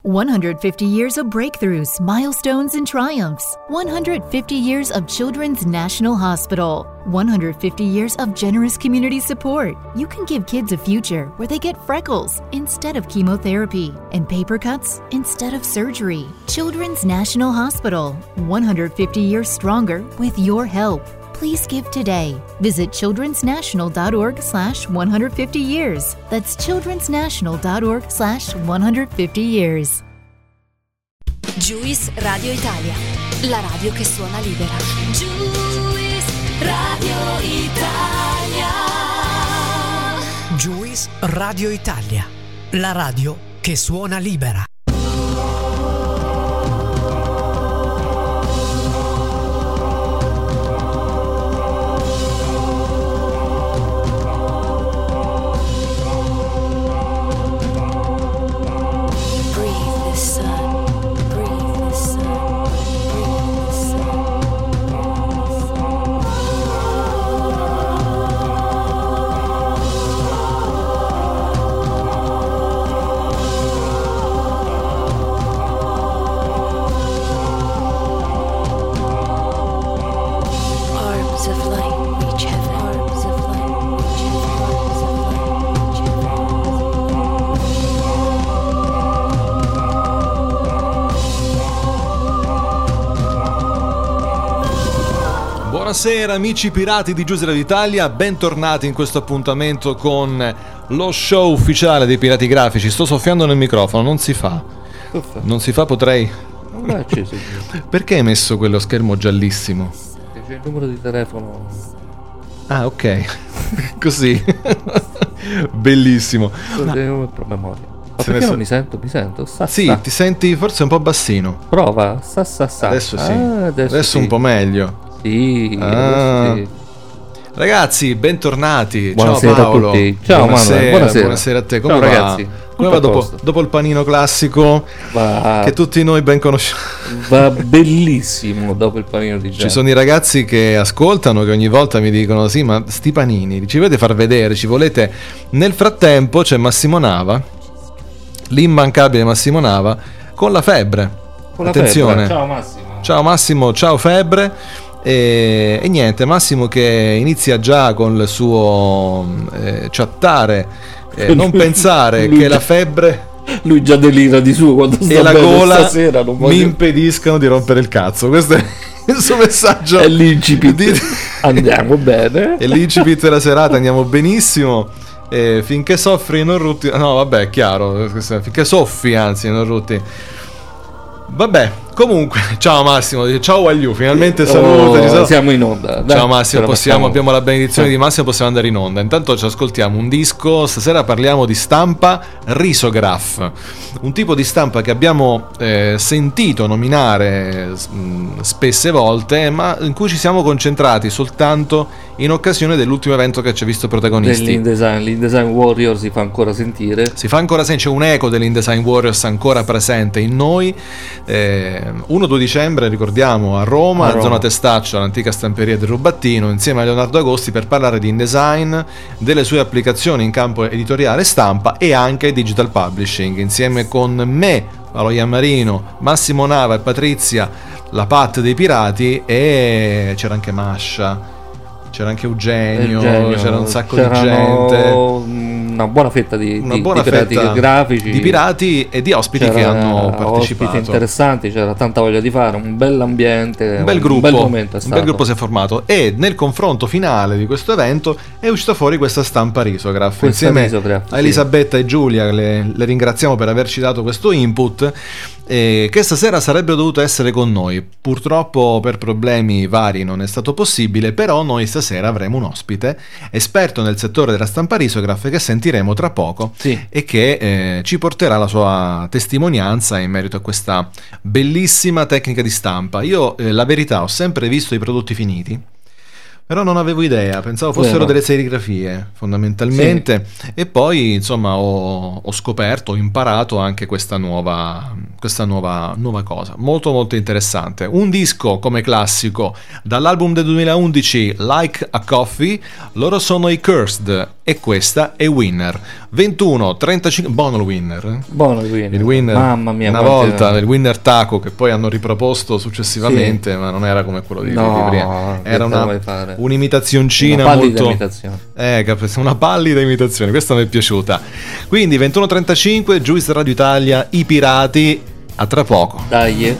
150 years of breakthroughs, milestones, and triumphs. 150 years of Children's National Hospital. 150 years of generous community support. You can give kids a future where they get freckles instead of chemotherapy and paper cuts instead of surgery. Children's National Hospital. 150 years stronger with your help. Please give today. Visit childrensnational.org/150 years. That's childrensnational.org/150 years. Juice Radio Italia, la radio che suona libera. Juice Radio Italia. Juice Radio Italia, la radio che suona libera. Buonasera amici pirati di Juice Radio Italia, bentornati in questo appuntamento con lo show ufficiale dei Pirati Grafici. Sto soffiando nel microfono, non si fa. Non si fa, potrei. Perché hai messo quello schermo giallissimo? C'è il numero di telefono. Ah, ok. Così. Bellissimo. Promemoria. Ma perché non mi sento? Mi sento? Sì, ti senti forse un po' bassino. Prova. Adesso sì. Adesso sì. Un po' meglio. Sì, sì. Ragazzi, bentornati. Buonasera, ciao Paolo. A tutti. Ciao Manuel, buonasera a te. Come ciao va? Ragazzi. Come va dopo il panino classico che tutti noi ben conosciamo? Va bellissimo dopo il panino di Gianni. Ci sono i ragazzi che ascoltano, che ogni volta mi dicono: sì, ma sti panini ci volete far vedere, ci volete. Nel frattempo c'è Massimo Nava, l'immancabile Massimo Nava, con la febbre. Attenzione. Ciao Massimo. Ciao Massimo, ciao febbre. E niente, Massimo che inizia già con il suo chattare, non pensare che la febbre, lui già delira di suo quando sta e la gola stasera, non voglio... mi impediscano di rompere il cazzo. Questo è il suo messaggio. È l'incipit. Andiamo bene. È l'incipit della serata, andiamo benissimo. Finché soffri non rutti. No, vabbè, è chiaro. Finché soffi, anzi, non rutti. Vabbè, comunque, ciao Massimo, ciao a you, finalmente saluta. Siamo in onda. Ciao Massimo, abbiamo la benedizione di Massimo, possiamo andare in onda. Intanto ci ascoltiamo un disco, stasera parliamo di stampa risograph, un tipo di stampa che abbiamo sentito nominare spesse volte, ma in cui ci siamo concentrati soltanto in occasione dell'ultimo evento che ci ha visto protagonisti. L'InDesign Warrior si fa ancora sentire. C'è un eco dell'InDesign Warriors ancora presente in noi. 1-2 dicembre, ricordiamo, a Roma, zona Testaccio, l'antica stamperia del Rubattino, insieme a Leonardo Agosti per parlare di InDesign, delle sue applicazioni in campo editoriale, stampa e anche digital publishing, insieme con me, Paolo Iammarino, Massimo Nava e Patrizia, la Pat dei Pirati, e c'era anche Mascia. C'era anche Eugenio, c'era un sacco di gente. Una buona fetta di pirati grafici. Di pirati e di ospiti che hanno partecipato. Ospiti interessanti, c'era tanta voglia di fare, un bell'ambiente, un bel gruppo, un bel momento è stato. Un bel gruppo si è formato e nel confronto finale di questo evento è uscita fuori questa stampa risograph. Insieme a Elisabetta e Giulia, le ringraziamo per averci dato questo input, che stasera sarebbe dovuto essere con noi. Purtroppo per problemi vari non è stato possibile, però noi stasera avremo un ospite esperto nel settore della stampa risograph che sentiremo tra poco, e che ci porterà la sua testimonianza in merito a questa bellissima tecnica di stampa. Io la verità, ho sempre visto i prodotti finiti, però non avevo idea, pensavo fossero delle serigrafie fondamentalmente, e poi insomma ho scoperto, ho imparato anche questa nuova questa nuova cosa, molto molto interessante. Un disco come classico dall'album del 2011 Like a Coffee, loro sono i Cursed e questa è Winner. 21-35, buono il Winner. Il Winner, mamma mia, una volta il Winner Taco che poi hanno riproposto successivamente, ma non era come quello di prima, era un'imitazioncina, una molto imitazione. Una pallida imitazione, questa mi è piaciuta. Quindi 21:35, Juice Radio Italia, i pirati, a tra poco. Dai.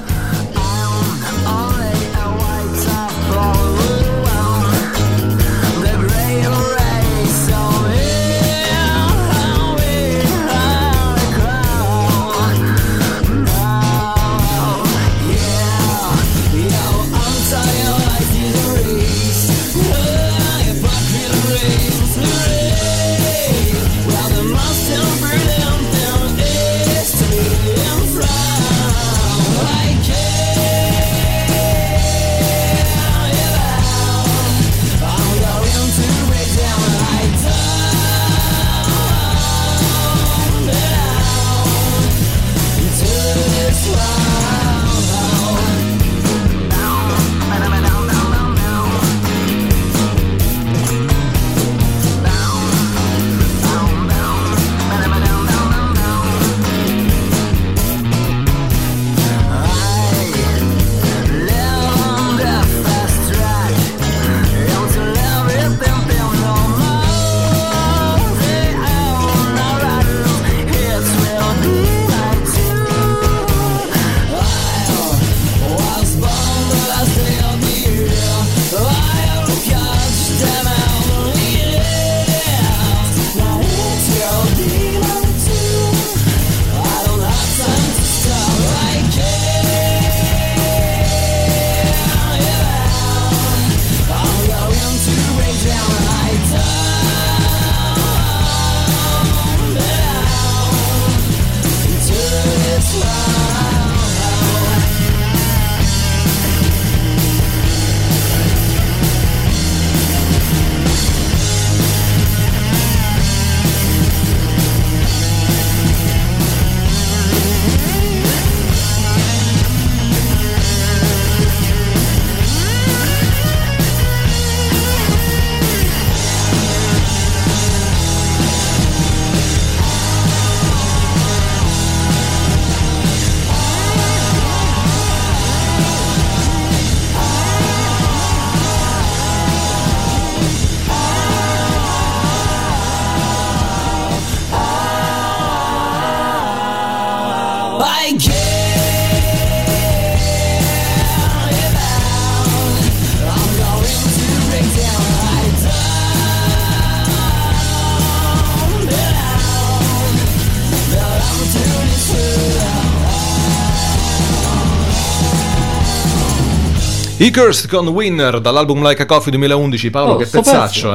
I Cursed con Winner dall'album Like a Coffee 2011. Paolo, che pezzaccio,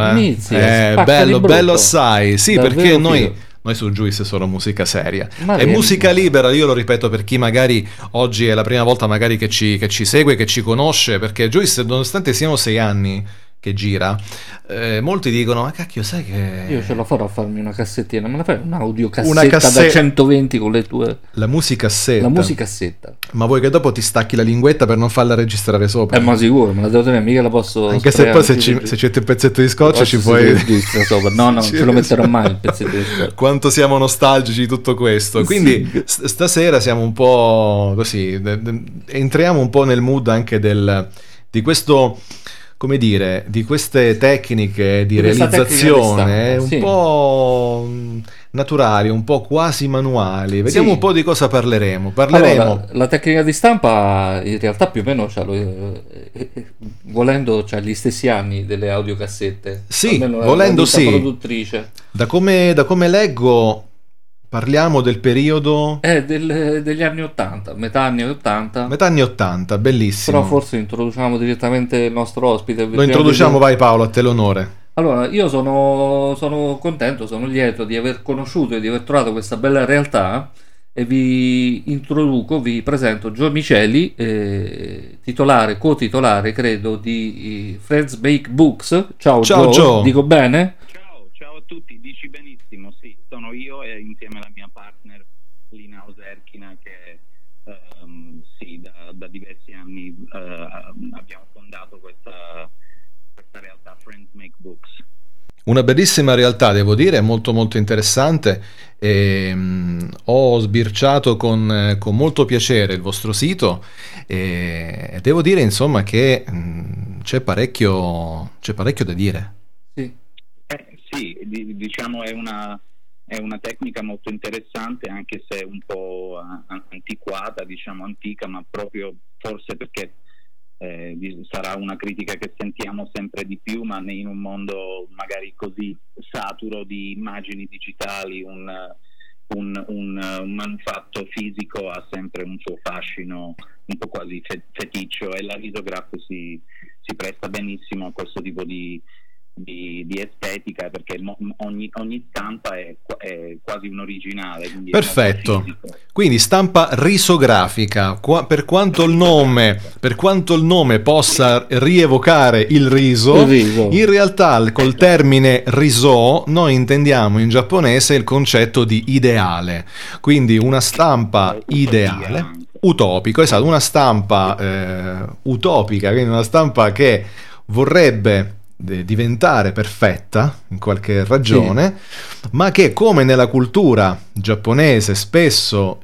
bello assai. Sì, davvero, perché noi su Juice è solo musica seria, è musica libera. Io lo ripeto per chi magari oggi è la prima volta magari che ci segue, che ci conosce, perché Juice, nonostante siano 6 anni che gira, molti dicono: ma cacchio, sai che io ce la farò a farmi una cassettina, me la fai un'audiocassetta da 120 con le tue, la musicassetta, ma vuoi che dopo ti stacchi la linguetta per non farla registrare sopra? Ma sicuro, me la devo tenere, mica la posso, anche se poi se c'è un pezzetto di scotch ci puoi sopra. No, non ce lo metterò mai il pezzetto di scotch. Quanto siamo nostalgici di tutto questo. Quindi stasera siamo un po' così, entriamo un po' nel mood anche di questo, come dire, di queste tecniche di realizzazione un po' naturali, un po' quasi manuali. Vediamo un po' di cosa parleremo. Allora, la tecnica di stampa in realtà più o meno volendo c'ha gli stessi anni delle audiocassette. Sì, volendo sì. Produttrice. Da come leggo, parliamo del periodo degli anni 80, metà anni 80, bellissimo. Però forse introduciamo direttamente il nostro ospite. Lo introduciamo, vai Paolo, a te l'onore. Allora, io sono contento, sono lieto di aver conosciuto e di aver trovato questa bella realtà, e vi presento Gio Miceli, co-titolare credo di Friends Make Books. Ciao Gio. Dico bene? Ciao a tutti, dici benissimo, sì, sono io e insieme alla mia partner Lina Oserchina che da diversi anni abbiamo fondato questa realtà Friends Make Books. Una bellissima realtà, devo dire, molto molto interessante. Ho sbirciato con molto piacere il vostro sito e devo dire insomma che c'è parecchio da dire. Sì, diciamo è una tecnica molto interessante, anche se un po' antiquata, diciamo antica, ma proprio forse perché sarà una critica che sentiamo sempre di più, ma in un mondo magari così saturo di immagini digitali un manufatto fisico ha sempre un suo fascino un po' quasi feticcio, e la risografo si presta benissimo a questo tipo di estetica, perché ogni stampa è quasi un originale. Perfetto, quindi stampa risografica. Per quanto il nome possa rievocare il riso, in realtà col termine riso noi intendiamo in giapponese il concetto di ideale, quindi una stampa ideale, utopico, esatto, una stampa utopica, quindi una stampa che vorrebbe diventare perfetta in qualche ragione, ma che, come nella cultura giapponese spesso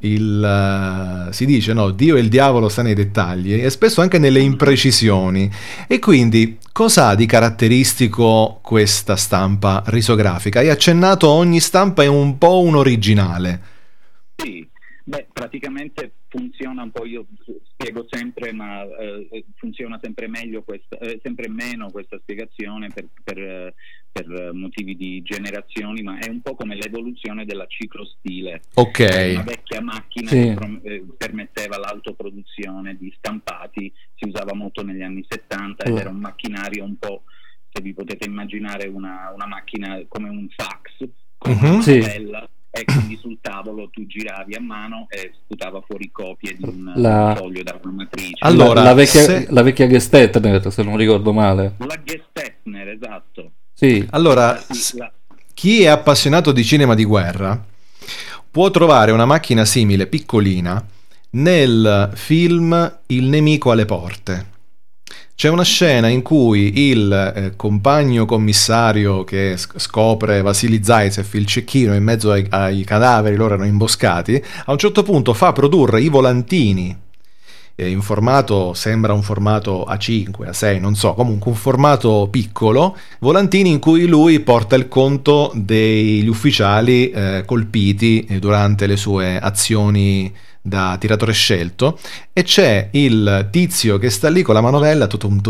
si dice no, Dio e il diavolo sta nei dettagli, e spesso anche nelle imprecisioni. E quindi cosa ha di caratteristico questa stampa risografica? Hai accennato, ogni stampa è un po' un originale. Sì, praticamente funziona un po', io spiego sempre, ma funziona sempre meglio sempre meno questa spiegazione per motivi di generazioni, ma è un po' come l'evoluzione della ciclostile. Ok. Una vecchia macchina che permetteva l'autoproduzione di stampati, si usava molto negli anni 70 ed era un macchinario un po', se vi potete immaginare una macchina come un fax, con una tabella, e quindi sul tavolo tu giravi a mano e sputava fuori copie di un foglio da una matrice. Allora, la vecchia Gestetner, se non ricordo male. La Gestetner, esatto. Sì. Allora, chi è appassionato di cinema di guerra può trovare una macchina simile, piccolina, nel film Il nemico alle porte. C'è una scena in cui il compagno commissario che scopre Vasily Zaitsev, il cecchino, in mezzo ai cadaveri, loro erano imboscati, a un certo punto fa produrre i volantini in formato, sembra un formato A5, A6, non so, comunque un formato piccolo, volantini in cui lui porta il conto degli ufficiali colpiti durante le sue azioni da tiratore scelto, e c'è il tizio che sta lì con la manovella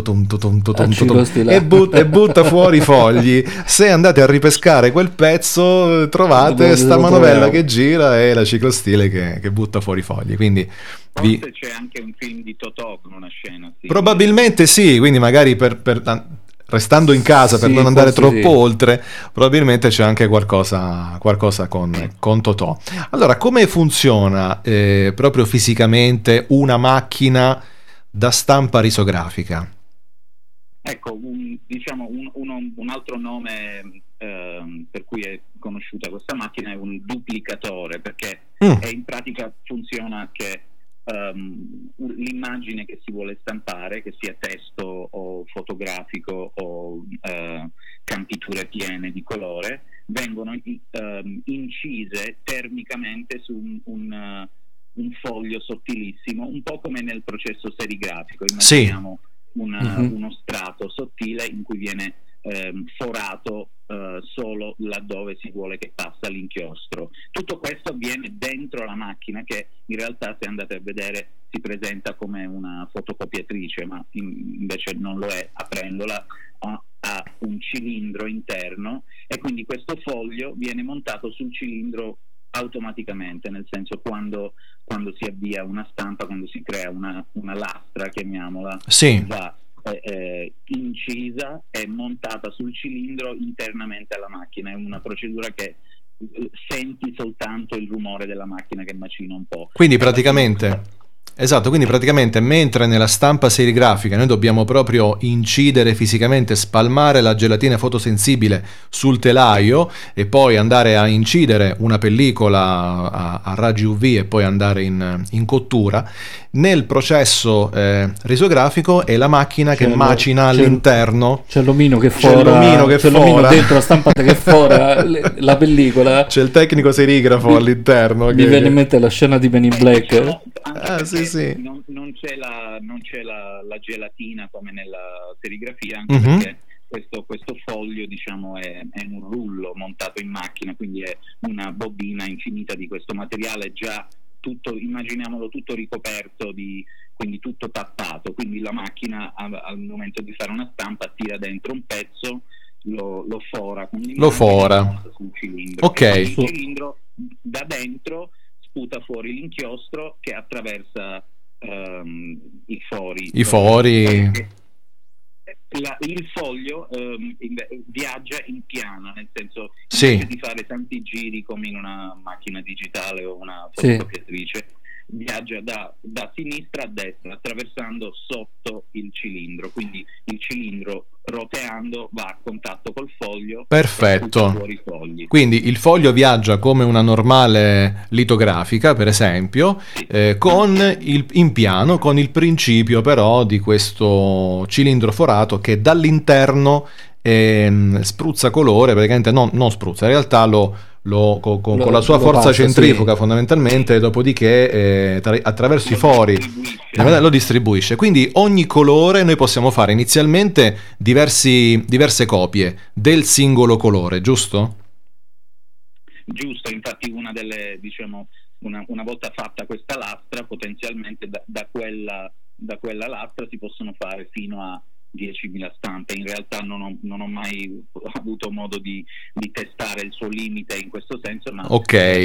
e butta fuori i fogli. Se andate a ripescare quel pezzo trovate sta manovella che gira e la ciclostile che butta fuori i fogli, quindi forse c'è anche un film di Totò con una scena simile. Probabilmente sì, quindi magari restando in casa per non andare troppo oltre, probabilmente c'è anche qualcosa con Totò. Allora, come funziona proprio fisicamente una macchina da stampa risografica? Ecco, un altro nome per cui è conosciuta questa macchina è un duplicatore, perché in pratica funziona che l'immagine che si vuole stampare, che sia testo o fotografico o campiture piene di colore, vengono incise termicamente su un foglio sottilissimo, un po' come nel processo serigrafico. Immaginiamo uno strato sottile in cui viene forato solo laddove si vuole che passa l'inchiostro. Tutto questo avviene dentro la macchina, che in realtà, se andate a vedere, si presenta come una fotocopiatrice, ma invece non lo è. Aprendola ha un cilindro interno, e quindi questo foglio viene montato sul cilindro automaticamente, nel senso quando si avvia una stampa, quando si crea una lastra, chiamiamola, va incisa e montata sul cilindro internamente alla macchina. È una procedura che senti soltanto il rumore della macchina che macina un po'. Quindi praticamente Esatto, quindi praticamente mentre nella stampa serigrafica noi dobbiamo proprio incidere fisicamente, spalmare la gelatina fotosensibile sul telaio e poi andare a incidere una pellicola a raggi UV e poi andare in cottura, nel processo risografico è la macchina che macina all'interno. C'è l'omino che fora, c'è l'omino dentro la stampata che fora la pellicola. C'è il tecnico serigrafo all'interno. Mi viene in mente la scena di Men in Black. Sì. Non c'è la gelatina come nella serigrafia, anche perché questo foglio, diciamo, è un rullo montato in macchina, quindi è una bobina infinita di questo materiale già tutto, immaginiamolo tutto ricoperto quindi tutto tappato, quindi la macchina al momento di fare una stampa tira dentro un pezzo, lo fora con l'immagine sul cilindro. Ok. E il cilindro da dentro sputa fuori l'inchiostro che attraversa i fori. Il foglio viaggia in piano, nel senso invece di fare tanti giri come in una macchina digitale o una fotocopiatrice, viaggia da sinistra a destra attraversando sotto il cilindro, quindi il cilindro roteando va a contatto col foglio. Perfetto. E fuori i fogli. Quindi il foglio viaggia come una normale litografica, per esempio, in piano, con il principio però di questo cilindro forato che dall'interno spruzza colore, praticamente non spruzza, in realtà con la sua forza centrifuga fondamentalmente, dopodiché attraverso i fori lo distribuisce. Quindi ogni colore noi possiamo fare inizialmente diverse copie del singolo colore, giusto? Giusto, infatti una delle, diciamo, una volta fatta questa lastra, potenzialmente da quella lastra si possono fare fino a 10.000 stampe. In realtà non ho mai avuto modo di testare il suo limite in questo senso, ma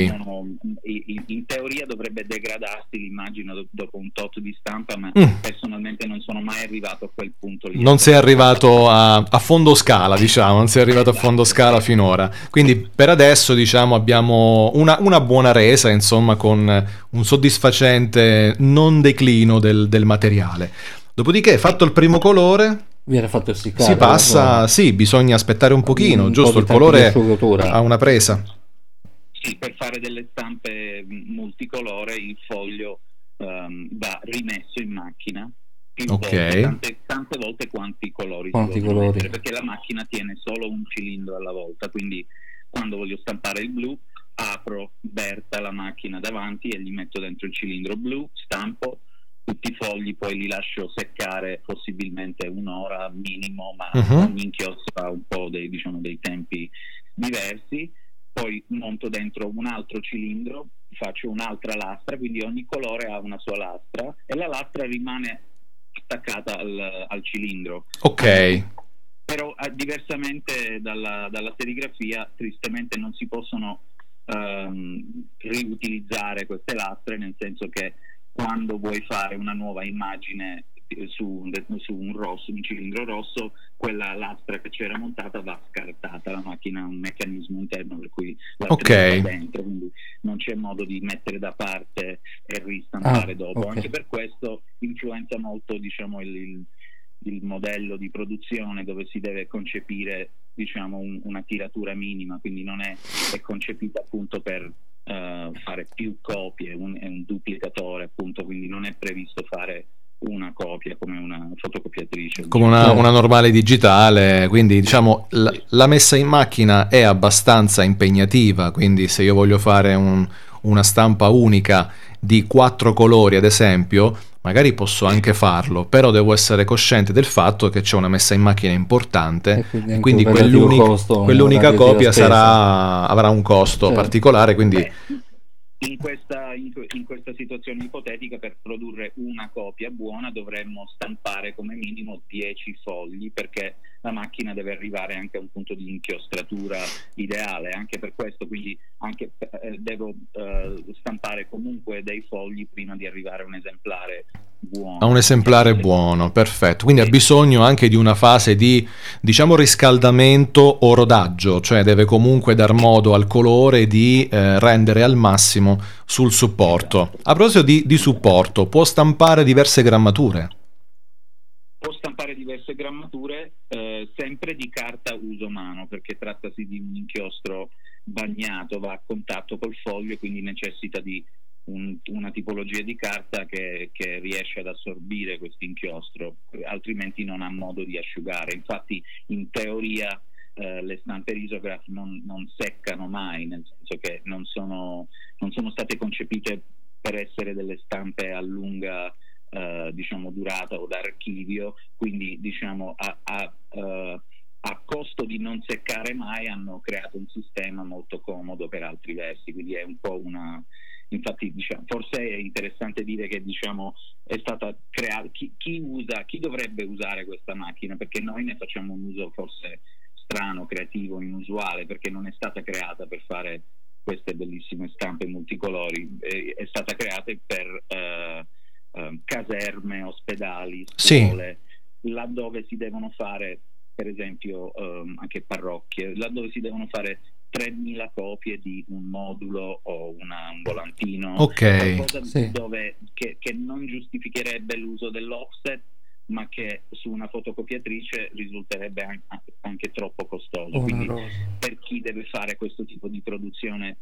in teoria dovrebbe degradarsi l'immagine dopo un tot di stampa, ma personalmente non sono mai arrivato a quel punto lì. Non sei arrivato a fondo scala, diciamo, non sei arrivato a fondo scala finora. Quindi per adesso, diciamo, abbiamo una buona resa, insomma, con un soddisfacente non declino del materiale. Dopodiché, fatto il primo colore, viene fatto essiccare. Si passa, bisogna aspettare un pochino, giusto? Il colore ha una presa. Sì, per fare delle stampe multicolore il foglio va rimesso in macchina più volte, tante volte quanti colori si vogliono mettere, perché la macchina tiene solo un cilindro alla volta, quindi quando voglio stampare il blu apro Berta la macchina davanti e gli metto dentro il cilindro blu, stampo tutti i fogli, poi li lascio seccare possibilmente un'ora minimo, ma ogni inchiostro ha un po' dei tempi diversi. Poi monto dentro un altro cilindro, faccio un'altra lastra, quindi ogni colore ha una sua lastra e la lastra rimane attaccata al cilindro. Ok. Però diversamente dalla serigrafia, tristemente non si possono riutilizzare queste lastre, nel senso che quando vuoi fare una nuova immagine su un cilindro rosso, quella lastra che c'era montata va scartata, la macchina ha un meccanismo interno per cui la tengo dentro, quindi non c'è modo di mettere da parte e ristampare dopo. Anche per questo influenza molto, diciamo, il modello di produzione, dove si deve concepire, diciamo, una tiratura minima, quindi non è concepita appunto per fare più copie, è un duplicatore appunto, quindi non è previsto fare una copia come una fotocopiatrice, come una normale digitale, quindi diciamo la messa in macchina è abbastanza impegnativa, quindi se io voglio fare una stampa unica di 4 colori ad esempio, magari posso anche farlo, però devo essere cosciente del fatto che c'è una messa in macchina importante e quindi quell'unica copia avrà un costo particolare, quindi in questa situazione ipotetica, per produrre una copia buona dovremmo stampare come minimo 10 fogli, perché la macchina deve arrivare anche a un punto di inchiostratura ideale. Anche per questo, quindi devo stampare comunque dei fogli prima di arrivare a un esemplare buono. Ha un esemplare buono, perfetto. Quindi ha bisogno anche di una fase di, diciamo, riscaldamento o rodaggio, cioè deve comunque dar modo al colore di rendere al massimo sul supporto. Esatto. A proposito di supporto, può stampare diverse grammature? Può stampare diverse grammature, sempre di carta uso mano, perché trattasi di un inchiostro bagnato, va a contatto col foglio e quindi necessita di una tipologia di carta che riesce ad assorbire questo inchiostro, altrimenti non ha modo di asciugare. Infatti in teoria le stampe risograph non seccano mai, nel senso che non sono state concepite per essere delle stampe a lunga diciamo durata o d'archivio, quindi diciamo a costo di non seccare mai hanno creato un sistema molto comodo per altri versi, quindi è un po' infatti diciamo, forse è interessante dire che diciamo è stata creata chi dovrebbe usare questa macchina, perché noi ne facciamo un uso forse strano, creativo, inusuale, perché non è stata creata per fare queste bellissime stampe multicolori, è stata creata per caserme, ospedali, scuole, sì, laddove si devono fare, per esempio anche parrocchie, laddove si devono fare 3.000 copie di un modulo o un volantino, qualcosa sì, che non giustificherebbe l'uso dell'offset, ma che su una fotocopiatrice risulterebbe anche troppo costoso. Quindi per chi deve fare questo tipo di produzione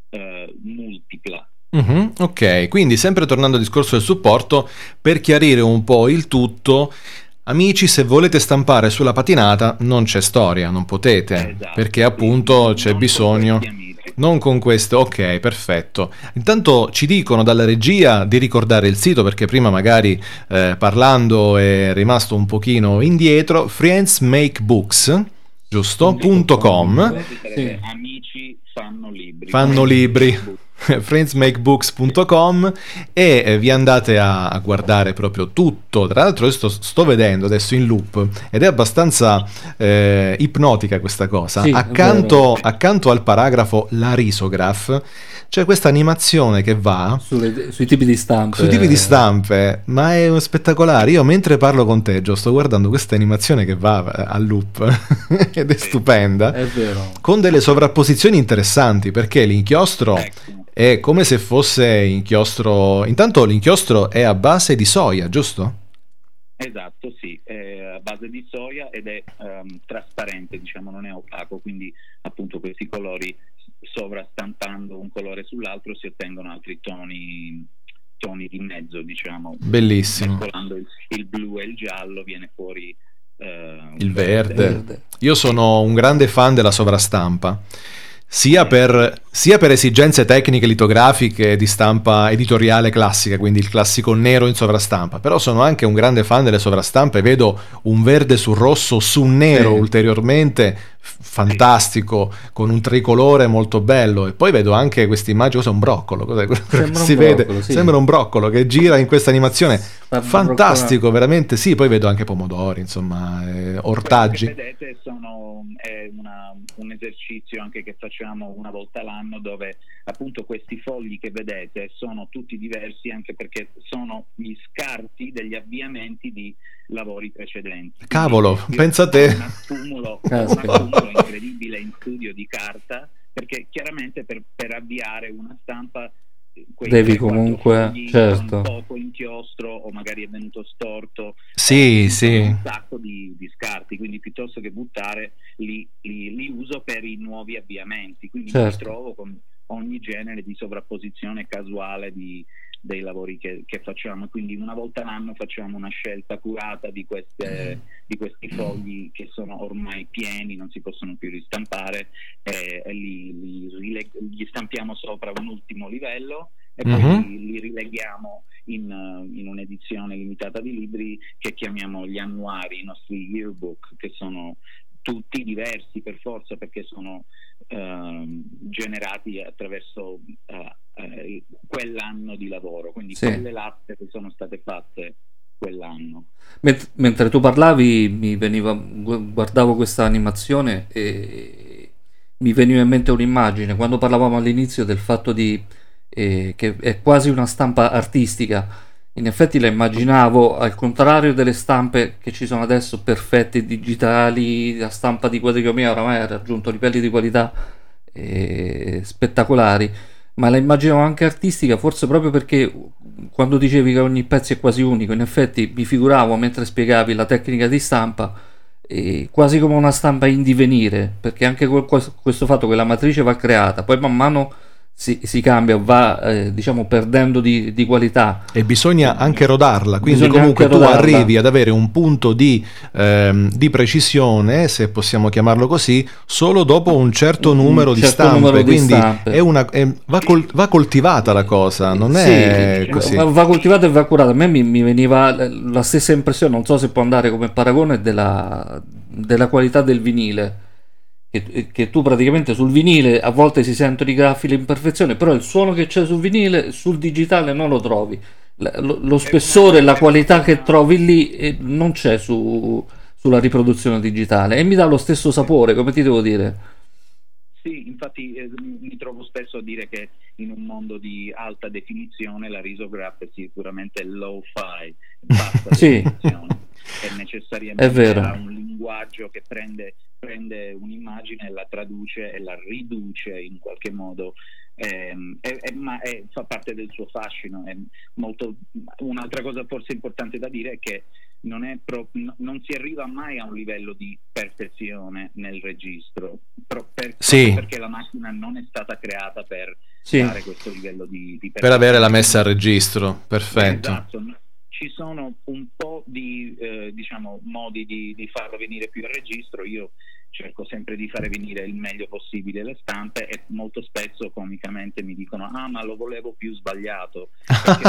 multipla. Ok, quindi sempre tornando al discorso del supporto, per chiarire un po' il tutto, amici, se volete stampare sulla patinata non c'è storia, non potete, esatto, perché appunto c'è bisogno, non con questo, ok, perfetto. Intanto ci dicono dalla regia di ricordare il sito, perché prima magari parlando è rimasto un pochino indietro. Friends Make Books, giusto? .com. Sì. Amici fanno libri. friendsmakebooks.com, e vi andate a guardare proprio tutto. Tra l'altro io sto vedendo adesso in loop ed è abbastanza ipnotica questa cosa, sì, accanto al paragrafo la risograph c'è questa animazione che va sui tipi di stampe, ma è spettacolare. Io mentre parlo con te, Gio, sto guardando questa animazione che va a loop ed è stupenda, è vero, con delle sovrapposizioni interessanti, perché l'inchiostro è come se fosse inchiostro. Intanto l'inchiostro è a base di soia, giusto? Esatto, sì, è a base di soia ed è trasparente, diciamo, non è opaco, quindi appunto questi colori, sovrastampando un colore sull'altro, si ottengono altri toni di mezzo, diciamo. Bellissimo. Mescolando il blu e il giallo viene fuori il verde. Io sono un grande fan della sovrastampa, sia per esigenze tecniche litografiche di stampa editoriale classica, quindi il classico nero in sovrastampa, però sono anche un grande fan delle sovrastampe. Vedo un verde su rosso su nero, sì, ulteriormente fantastico, con un tricolore molto bello, e poi vedo anche questa immagine, cosa è un broccolo? Vede, sì, sembra un broccolo che gira in questa animazione, fantastico, veramente, sì. Poi vedo anche pomodori, insomma, ortaggi. Quello che vedete è un esercizio anche che facciamo una volta l'anno, dove appunto questi fogli che vedete sono tutti diversi, anche perché sono gli scarti degli avviamenti di lavori precedenti. Cavolo, pensa a te. Un accumulo incredibile in studio di carta, perché chiaramente per avviare una stampa devi comunque, certo, un poco inchiostro o magari è venuto storto, sì, un sacco di scarti, quindi piuttosto che buttare li uso per i nuovi avviamenti, quindi certo, mi trovo con ogni genere di sovrapposizione casuale dei lavori che facciamo. Quindi una volta l'anno facciamo una scelta curata di questi fogli che sono ormai pieni, non si possono più ristampare, e li stampiamo sopra un ultimo livello e poi li rileghiamo in un'edizione limitata di libri che chiamiamo gli annuari, i nostri yearbook, che sono tutti diversi per forza, perché sono generati attraverso quell'anno di lavoro, quindi sì, quelle latte che sono state fatte quell'anno. Mentre tu parlavi guardavo questa animazione e mi veniva in mente un'immagine, quando parlavamo all'inizio del fatto che è quasi una stampa artistica, in effetti la immaginavo, al contrario delle stampe che ci sono adesso, perfette, digitali, la stampa di quadricromia oramai ha raggiunto livelli di qualità spettacolari, ma la immaginavo anche artistica, forse proprio perché quando dicevi che ogni pezzo è quasi unico, in effetti mi figuravo, mentre spiegavi la tecnica di stampa, quasi come una stampa in divenire, perché anche questo fatto che la matrice va creata, poi man mano si cambia, va diciamo perdendo di qualità, e bisogna anche rodarla, quindi comunque tu arrivi ad avere un punto di precisione, se possiamo chiamarlo così, solo dopo un certo numero di stampe, quindi va coltivata la cosa, non è così, va coltivata e va curata. A me mi veniva la stessa impressione, non so se può andare come paragone, della qualità del vinile, che tu praticamente sul vinile a volte si sentono i graffi, le imperfezioni, però il suono che c'è sul vinile sul digitale non lo trovi, lo spessore, la qualità che trovi lì non c'è sulla riproduzione digitale, e mi dà lo stesso sapore, come ti devo dire. Sì, infatti mi trovo spesso a dire che in un mondo di alta definizione la risograph è sicuramente low-fi, bassa definizione, è necessariamente un linguaggio che prende un'immagine e la traduce e la riduce in qualche modo, ma fa parte del suo fascino. Un'altra cosa forse importante da dire è che non si arriva mai a un livello di perfezione nel registro, perché la macchina non è stata creata per dare questo livello di perfezione, per avere la messa a registro. Perfetto. Esatto. Ci sono un po' di modi di farlo venire più a registro. Io cerco sempre di fare venire il meglio possibile le stampe, e molto spesso comicamente mi dicono: ma lo volevo più sbagliato, perché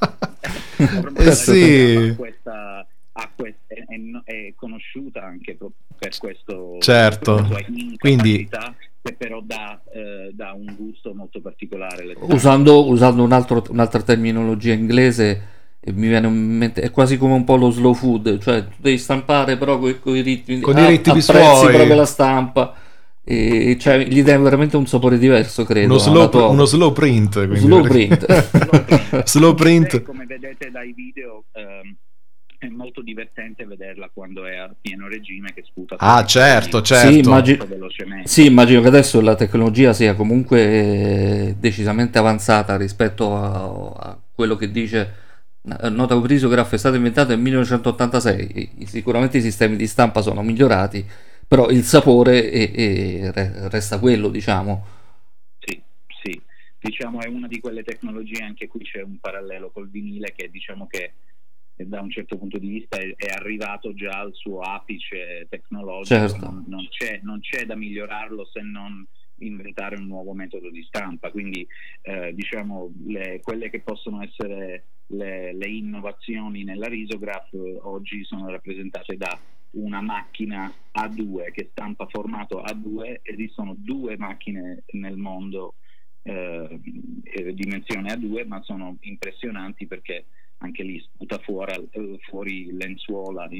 ormai è conosciuta anche per questo, certo, quindi che però dà un gusto molto particolare. Usando un'altra terminologia inglese, mi viene in mente, è quasi come un po' lo slow food, cioè tu devi stampare però con i ritmi, apprezzi proprio la stampa, e cioè gli dai veramente un sapore diverso, credo. Uno slow print, quindi. Slow print. Come vedete dai video, è molto divertente vederla quando è a pieno regime, che sputa. Certo. Sì, immagino che adesso la tecnologia sia comunque decisamente avanzata rispetto a quello che dice Nota Risograph. È stato inventato nel 1986, sicuramente i sistemi di stampa sono migliorati, però il sapore resta quello, diciamo. Sì, diciamo è una di quelle tecnologie, anche qui c'è un parallelo col vinile, che diciamo che da un certo punto di vista è arrivato già al suo apice tecnologico. Certo. Non c'è da migliorarlo se non inventare un nuovo metodo di stampa, quindi diciamo quelle che possono essere le innovazioni nella risograph oggi sono rappresentate da una macchina A2 che stampa formato A2. Esistono 2 macchine nel mondo dimensione A2, ma sono impressionanti perché anche lì sputa fuori lenzuola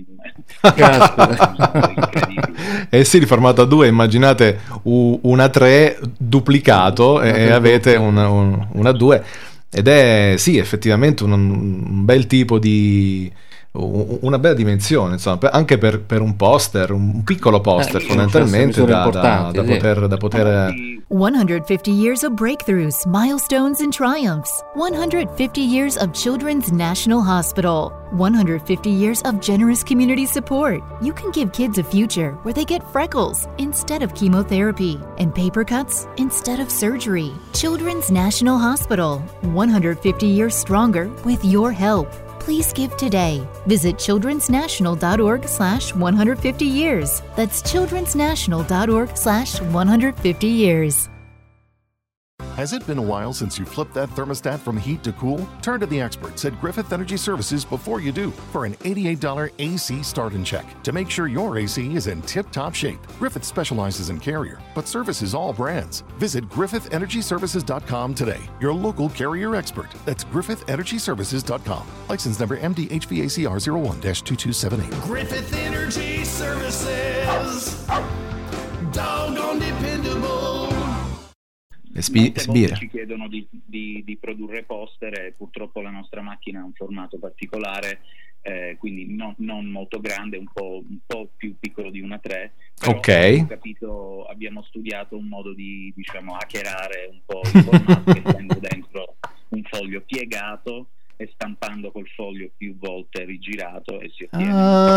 sì, il formato A2, immaginate una 3 duplicato e avete una 2, ed è effettivamente un bel tipo di, una bella dimensione, insomma, anche per un poster, un piccolo poster, fondamentalmente da poter 150 years of breakthroughs, milestones, and triumphs. 150 years of Children's National Hospital. 150 years of generous community support. You can give kids a future where they get freckles instead of chemotherapy and paper cuts instead of surgery. Children's National Hospital. 150 years stronger with your help. Please give today. Visit childrensnational.org/150 years. That's childrensnational.org/150 years. Has it been a while since you flipped that thermostat from heat to cool? Turn to the experts at Griffith Energy Services before you do for an $88 AC start and check to make sure your AC is in tip-top shape. Griffith specializes in Carrier, but services all brands. Visit GriffithEnergyServices.com today. Your local Carrier expert. That's GriffithEnergyServices.com. License number MD-HVACR 01-2278. Griffith Energy Services. Doggone dependable. Molte volte ci chiedono di produrre poster e purtroppo la nostra macchina ha un formato particolare, quindi non molto grande, un po' più piccolo di una 3, però abbiamo studiato un modo di, diciamo, hackerare un po' il formato mettendo dentro un foglio piegato e stampando col foglio più volte rigirato e si ottiene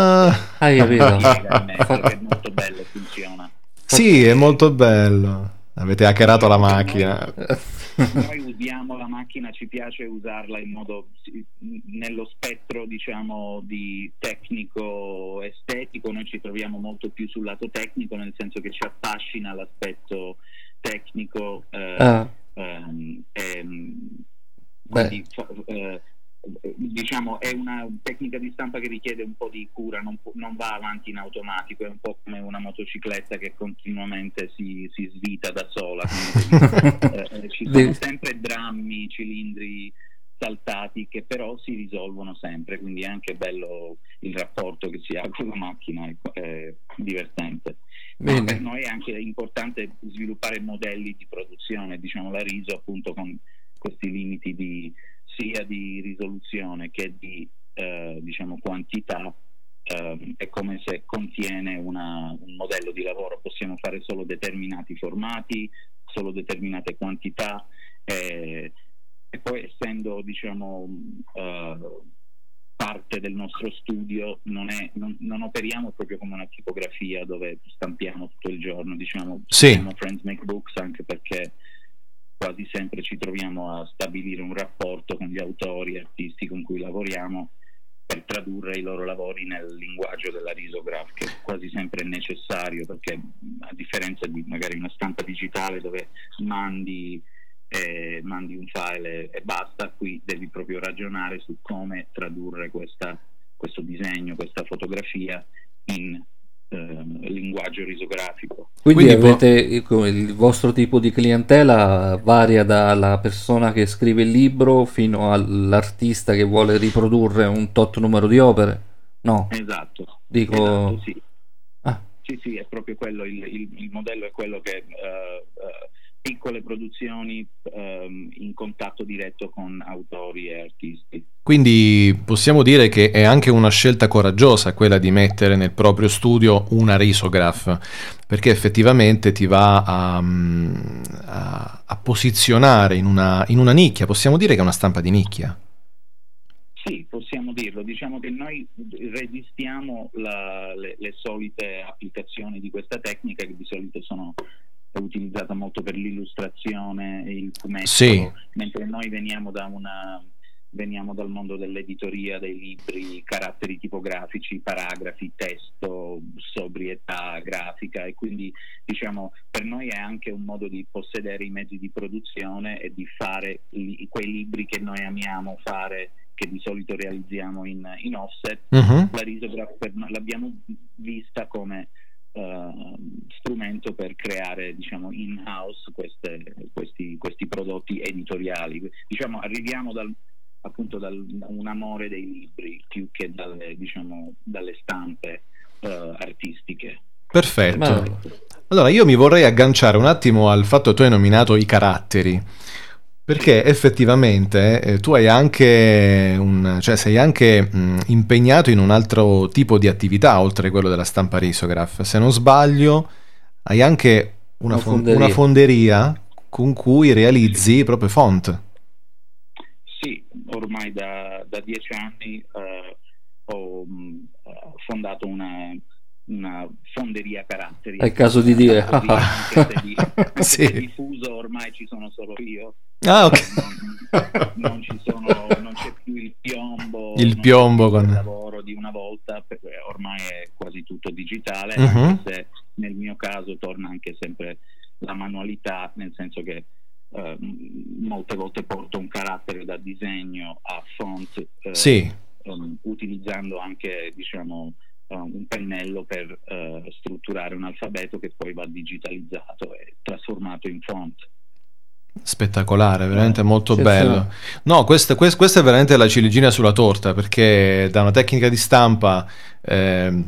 che è molto bello e funziona. Sì, è molto bello. Avete hackerato la macchina. Noi usiamo la macchina, ci piace usarla in modo, nello spettro, diciamo, di tecnico estetico, noi ci troviamo molto più sul lato tecnico, nel senso che ci affascina l'aspetto tecnico, quindi, diciamo, è una tecnica di stampa che richiede un po' di cura, non va avanti in automatico, è un po' come una motocicletta che continuamente si svita da sola, ci sono sempre drammi, cilindri saltati che però si risolvono sempre, quindi è anche bello il rapporto che si ha con la macchina, è divertente. Ma per noi è anche importante sviluppare modelli di produzione, diciamo, la RISO appunto con questi limiti sia di risoluzione che di diciamo quantità, è come se contiene un modello di lavoro, possiamo fare solo determinati formati, solo determinate quantità, e poi essendo, diciamo, parte del nostro studio non operiamo proprio come una tipografia dove stampiamo tutto il giorno, diciamo, siamo Friends Make Books, anche perché quasi sempre ci troviamo a stabilire un rapporto con gli autori e artisti con cui lavoriamo per tradurre i loro lavori nel linguaggio della risograph, che quasi sempre è necessario, perché a differenza di magari una stampa digitale dove mandi un file e basta, qui devi proprio ragionare su come tradurre questo disegno, questa fotografia in linguaggio risografico. Quindi avete il vostro tipo di clientela varia dalla persona che scrive il libro fino all'artista che vuole riprodurre un tot numero di opere? No, esatto, sì. Sì, è proprio quello, il modello è quello che piccole produzioni in contatto diretto con autori e artisti. Quindi possiamo dire che è anche una scelta coraggiosa quella di mettere nel proprio studio una risograph, perché effettivamente ti va a posizionare in una nicchia. Possiamo dire che è una stampa di nicchia? Sì, possiamo dirlo. Diciamo che noi resistiamo le solite applicazioni di questa tecnica, che di solito è utilizzata molto per l'illustrazione e il fumetto, mentre noi veniamo dal mondo dell'editoria, dei libri, caratteri tipografici, paragrafi, testo, sobrietà grafica, e quindi, diciamo, per noi è anche un modo di possedere i mezzi di produzione e di fare quei libri che noi amiamo fare, che di solito realizziamo in offset. La risograph l'abbiamo vista come strumento per creare, diciamo, in-house questi prodotti editoriali. Diciamo, arriviamo da un amore dei libri più che dalle stampe artistiche. Perfetto. Allora io mi vorrei agganciare un attimo al fatto che tu hai nominato i caratteri, perché effettivamente tu hai anche sei anche impegnato in un altro tipo di attività oltre quello della stampa risograph. Se non sbaglio, hai anche una fonderia con cui realizzi proprio font. Sì, ormai da 10 anni ho fondato una fonderia caratteri. È il caso di dire. Sì. Diffuso, ormai ci sono solo io. Ok. Non c'è più il piombo. Con il lavoro di una volta, perché ormai è quasi tutto digitale, anche se nel mio caso torna anche sempre la manualità, nel senso che molte volte porto un carattere da disegno a font, utilizzando anche, diciamo, un pennello per strutturare un alfabeto che poi va digitalizzato e trasformato in font. Spettacolare, veramente molto bello. No, questa è veramente la ciliegina sulla torta, perché da una tecnica di stampa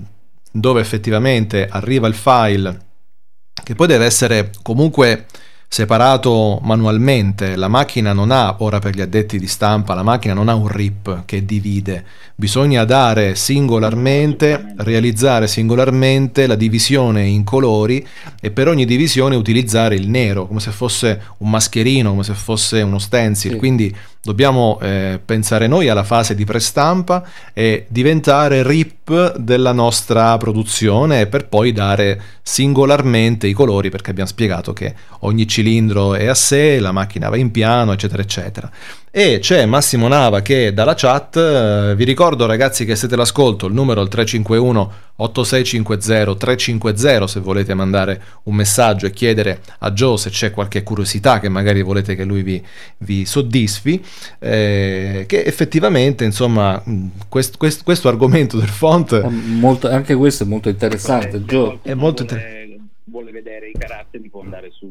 dove effettivamente arriva il file, che poi deve essere comunque separato manualmente. La macchina non ha, ora per gli addetti di stampa, la macchina non ha un RIP che divide, bisogna dare singolarmente, realizzare singolarmente la divisione in colori e per ogni divisione utilizzare il nero, come se fosse un mascherino, come se fosse uno stencil, sì. Quindi dobbiamo pensare noi alla fase di prestampa e diventare RIP della nostra produzione per poi dare singolarmente i colori, perché abbiamo spiegato che ogni cilindro è a sé, la macchina va in piano, eccetera eccetera. E c'è Massimo Nava che dalla chat, vi ricordo ragazzi che siete all'ascolto, il numero è il 351 8650 350 se volete mandare un messaggio e chiedere a Joe se c'è qualche curiosità che magari volete che lui vi soddisfi, che effettivamente insomma questo argomento del font anche questo è molto interessante. Joe è molto vuole vedere i caratteri può andare su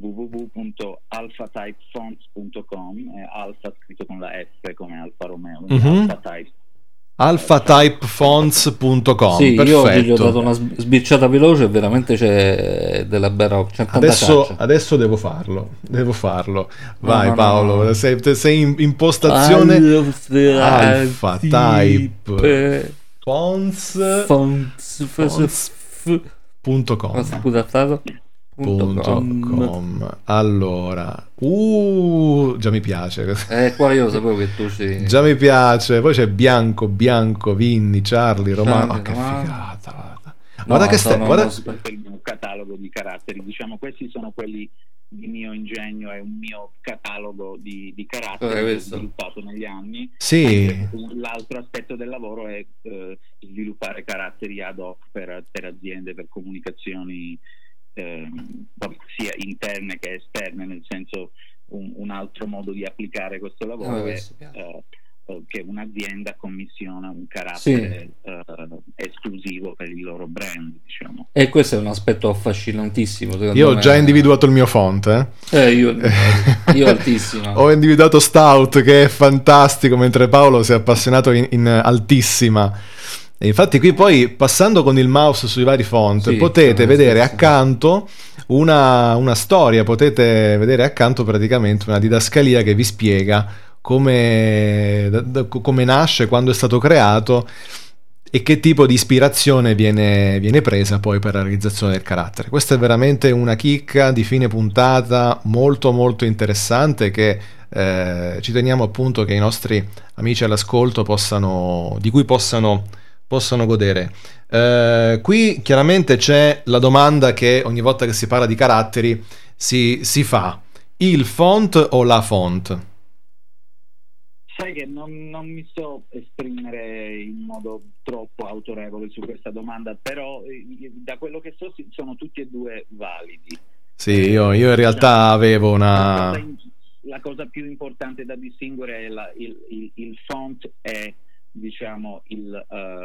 www.alphatypefonts.com, alfa scritto con la F come Alfa Romeo, alphatypefonts.com. Sì, perfetto. Io oggi gli ho dato una sbirciata veloce e veramente c'è della bella roba. Adesso devo farlo. Vai Paolo, no. Sei in impostazione Alphatype fonts.com. Allora, già mi piace. Qua io sapevo che tu sei. Già mi piace. Poi c'è Bianco, Vinni, Charlie, Romano. Che figata! Guarda che guarda il mio catalogo di caratteri. Diciamo, questi sono quelli di mio ingegno, è un mio catalogo di caratteri sviluppato negli anni. Sì. L'altro aspetto del lavoro è sviluppare caratteri ad hoc per aziende, per comunicazioni sia interne che esterne, nel senso un altro modo di applicare questo lavoro è che un'azienda commissiona un carattere esclusivo per il loro brand, diciamo. E questo è un aspetto affascinantissimo. Io ho già individuato il mio font, io altissima. Ho individuato Stout, che è fantastico, mentre Paolo si è appassionato in altissima. E infatti qui poi, passando con il mouse sui vari font, potete vedere accanto una storia, potete vedere accanto praticamente una didascalia che vi spiega come nasce, quando è stato creato e che tipo di ispirazione viene presa poi per la realizzazione del carattere. Questa è veramente una chicca di fine puntata molto molto interessante che ci teniamo appunto che i nostri amici all'ascolto di cui possano godere. Qui chiaramente c'è la domanda che ogni volta che si parla di caratteri si fa: il font o la font? Sai che non mi so esprimere in modo troppo autorevole su questa domanda, però da quello che so sono tutti e due validi. Sì, io in realtà avevo una... La cosa più importante da distinguere è il font è, diciamo, il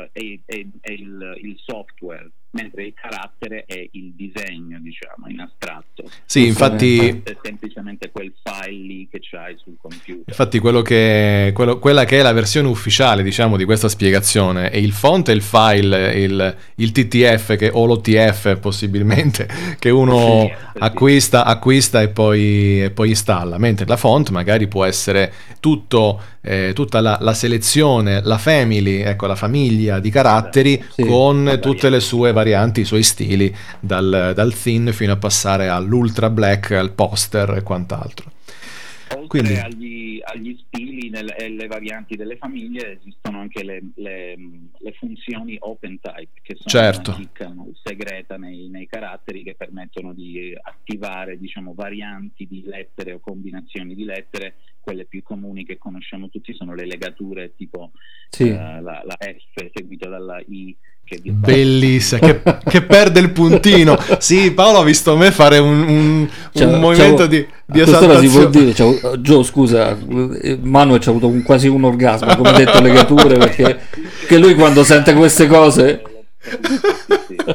software, mentre il carattere è il disegno, diciamo, in astratto. Sì, infatti è semplicemente quel file lì che c'hai sul computer. Infatti quella che è la versione ufficiale, diciamo, di questa spiegazione è il font e il file, il TTF o l'OTF possibilmente, che uno acquista e poi installa, mentre la font magari può essere tutta la selezione, la family, ecco, la famiglia di caratteri con tutte le sue varianti, i suoi stili, dal thin fino a passare all'ultra black, al poster e quant'altro. Oltre agli stili e le varianti delle famiglie, esistono anche le funzioni OpenType, che sono una chicca segreta nei caratteri, che permettono di attivare, diciamo, varianti di lettere o combinazioni di lettere. Quelle più comuni che conosciamo tutti sono le legature, tipo la F seguita dalla I, che bellissima, che perde il puntino. Sì, Paolo ha visto me fare un movimento di esaltazione. Si può dire, Joe, scusa, Manuel ci ha avuto quasi un orgasmo, come detto, legature, perché lui quando sente queste cose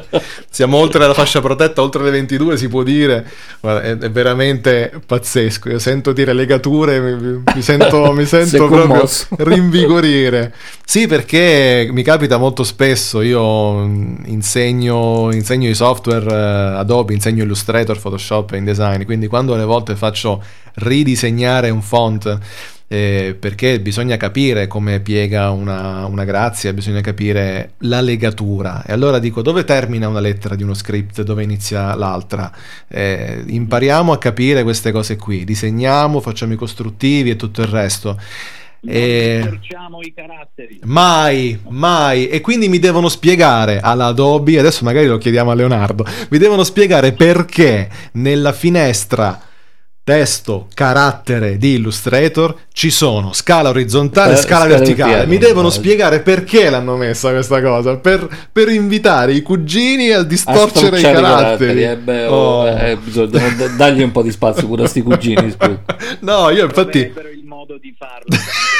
siamo oltre la fascia protetta, oltre le 22 si può dire. Guarda, è veramente pazzesco. Io sento dire legature, mi sento proprio rinvigorire. Sì, perché mi capita molto spesso, io insegno i software Adobe, insegno Illustrator, Photoshop e InDesign, quindi quando alle volte faccio ridisegnare un font, perché bisogna capire come piega una grazia, bisogna capire la legatura, e allora dico: dove termina una lettera di uno script, dove inizia l'altra? Impariamo a capire queste cose qui, disegniamo, facciamo i costruttivi e tutto il resto. Cerchiamo i caratteri, mai, e quindi mi devono spiegare alla Adobe, adesso magari lo chiediamo a Leonardo, mi devono spiegare perché nella finestra testo carattere di Illustrator ci sono scala orizzontale e scala verticale. Mi devono spiegare perché l'hanno messa questa cosa, per invitare i cugini a distorcere i caratteri. Bisogna dargli un po' di spazio pure a sti cugini. No, io infatti il modo di farlo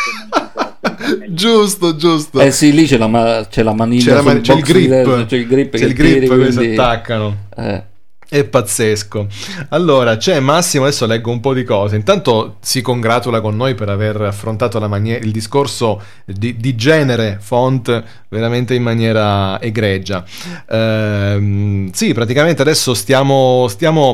giusto. Sì, lì c'è la maniglia, c'è il grip quindi che si attaccano. È pazzesco. Allora, c'è Massimo, adesso leggo un po' di cose. Intanto si congratula con noi per aver affrontato il discorso di genere font veramente in maniera egregia. Sì, praticamente adesso stiamo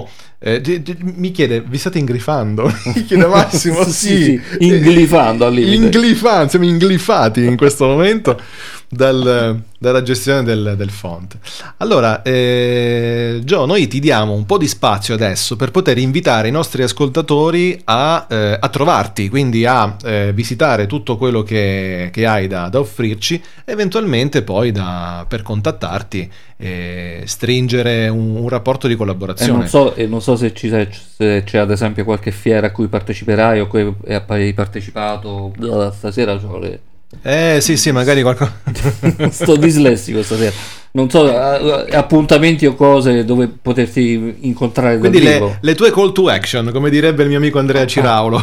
mi chiede: vi state inglifando? Mi chiede Massimo. sì, inglifando al limite. Siamo inglifati in questo momento dalla gestione del font. Allora, Gio, noi ti diamo un po' di spazio adesso per poter invitare i nostri ascoltatori a trovarti, quindi a visitare tutto quello che hai da offrirci, eventualmente poi per contattarti e stringere un rapporto di collaborazione. Non so se c'è ad esempio qualche fiera a cui parteciperai o cui hai partecipato. Stasera sì, magari qualcosa. Sto dislessico stasera. Non so, appuntamenti o cose dove poterti incontrare. Quindi le tue call to action, come direbbe il mio amico Andrea Ciraulo.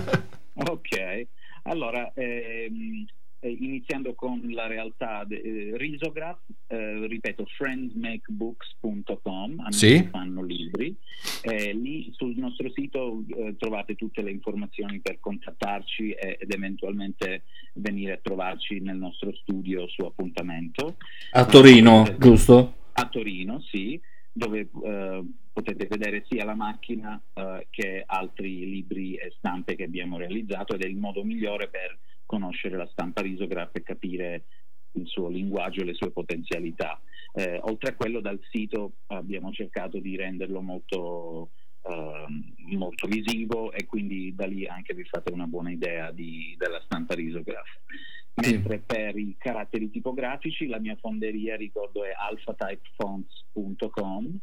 Ok, allora iniziando con la realtà, Risograph, ripeto, friendsmakebooks.com, amici fanno libri. Lì sul nostro sito trovate tutte le informazioni per contattarci ed eventualmente venire a trovarci nel nostro studio su appuntamento. A Torino, giusto? A Torino, sì, dove potete vedere sia la macchina che altri libri e stampe che abbiamo realizzato, ed è il modo migliore per conoscere la stampa Risograph e capire il suo linguaggio e le sue potenzialità. Oltre a quello, dal sito abbiamo cercato di renderlo molto visivo, e quindi da lì anche vi fate una buona idea della stampa Risograph. Mentre per i caratteri tipografici la mia fonderia, ricordo, è alphatypefonts.com.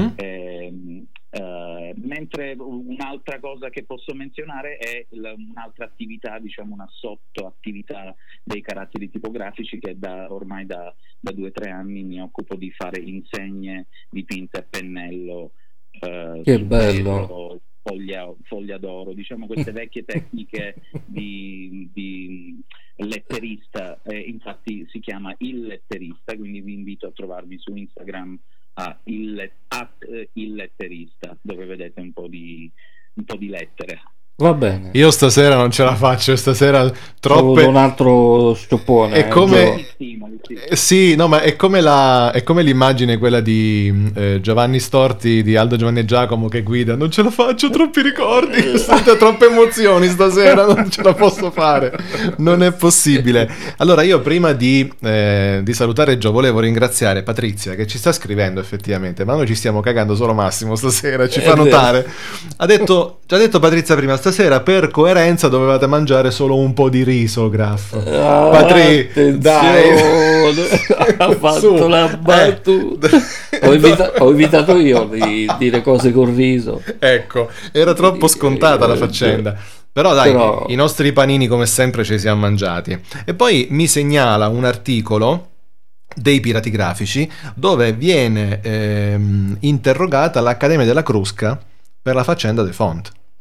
Mentre un'altra cosa che posso menzionare è un'altra attività, diciamo una sottoattività dei caratteri tipografici, che ormai da 2 o 3 anni mi occupo di fare insegne dipinte a pennello, che bello, foglia d'oro, diciamo queste vecchie tecniche di letterista. Infatti si chiama Il Letterista, quindi vi invito a trovarmi su Instagram il letterista, dove vedete un po' di lettere. Va bene. Io stasera non ce la faccio, stasera troppe. Un altro scioppone. È come sì, no, ma è come l'immagine quella di Giovanni Storti, di Aldo, Giovanni e Giacomo che guida. Non ce la faccio, troppi ricordi, troppe emozioni stasera, non ce la posso fare, non è possibile. Allora io prima di salutare Gio volevo ringraziare Patrizia, che ci sta scrivendo effettivamente, ma noi ci stiamo cagando solo Massimo stasera, ci fa notare. Ha detto Patrizia prima: stasera per coerenza dovevate mangiare solo un po' di Risograph. Patri, dai, ha fatto la battuta. Ho evitato io di dire cose con riso. Ecco, era troppo scontata la faccenda. Però dai, i nostri panini come sempre ce li siamo mangiati. E poi mi segnala un articolo dei Pirati Grafici dove viene interrogata l'Accademia della Crusca per la faccenda dei font.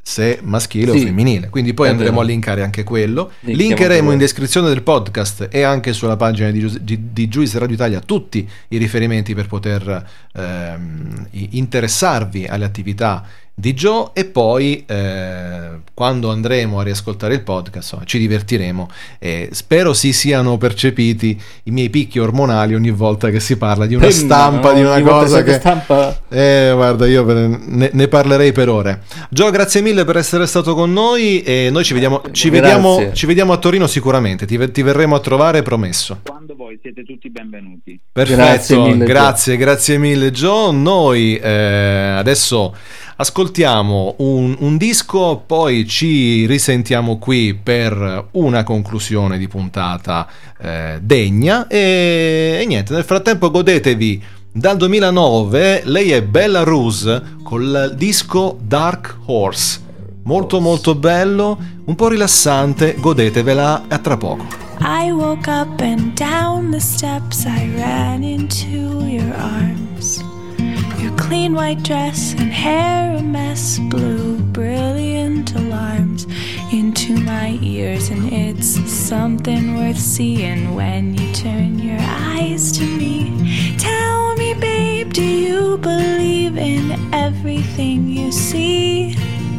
se maschile o femminile, quindi poi andremo a linkare anche quello. Linkeremo in descrizione del podcast e anche sulla pagina di Juice Radio Italia tutti i riferimenti per poter interessarvi alle attività di Joe, e poi quando andremo a riascoltare il podcast, insomma, ci divertiremo e spero si siano percepiti i miei picchi ormonali ogni volta che si parla di una stampa, di una cosa che stampa... guarda, io ne parlerei per ore. Joe, grazie mille per essere stato con noi, e noi ci vediamo a Torino sicuramente, ti verremo a trovare, promesso. Quando voi siete tutti benvenuti. Perfetto, grazie mille Joe. Noi adesso ascoltiamo un disco, poi ci risentiamo qui per una conclusione di puntata degna, e niente, nel frattempo godetevi dal 2009, lei è Bella Ruse con il disco Dark Horse, molto molto bello, un po' rilassante, godetevela, a tra poco. I woke up and down the steps I ran into your arms. Your clean white dress and hair a mess blew brilliant alarms into my ears, and it's something worth seeing when you turn your eyes to me. Tell me, babe, do you believe in everything you see?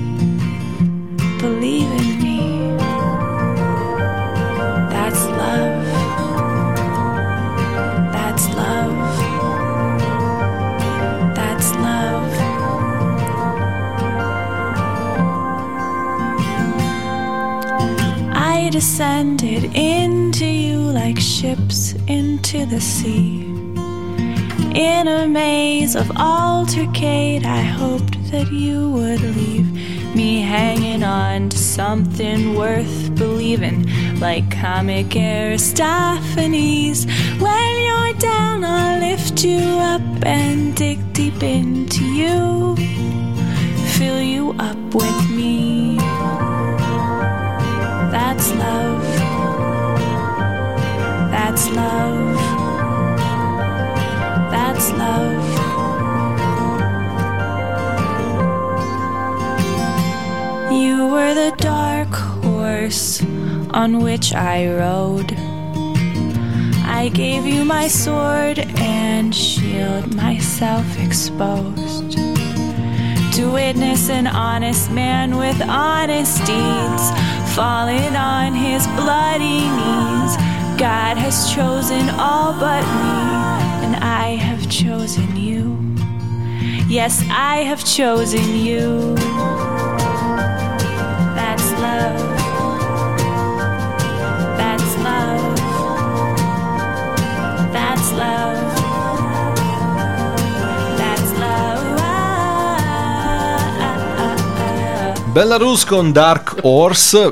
Believe in me. That's love. That's love. That's love. I descended into you like ships into the sea. In a maze of altercate, I hoped that you would leave me hanging on to something worth believing, like comic Aristophanes. When you're down, I'll lift you up and dig deep into you, fill you up with me. That's love. That's love. That's love. You were the dark horse on which I rode. I gave you my sword and shield, myself exposed to witness an honest man with honest deeds falling on his bloody knees. God has chosen all but me, and I have chosen you. Yes, I have chosen you. That's love. That's love. That's love. That's love. Belarus con Dark Horse.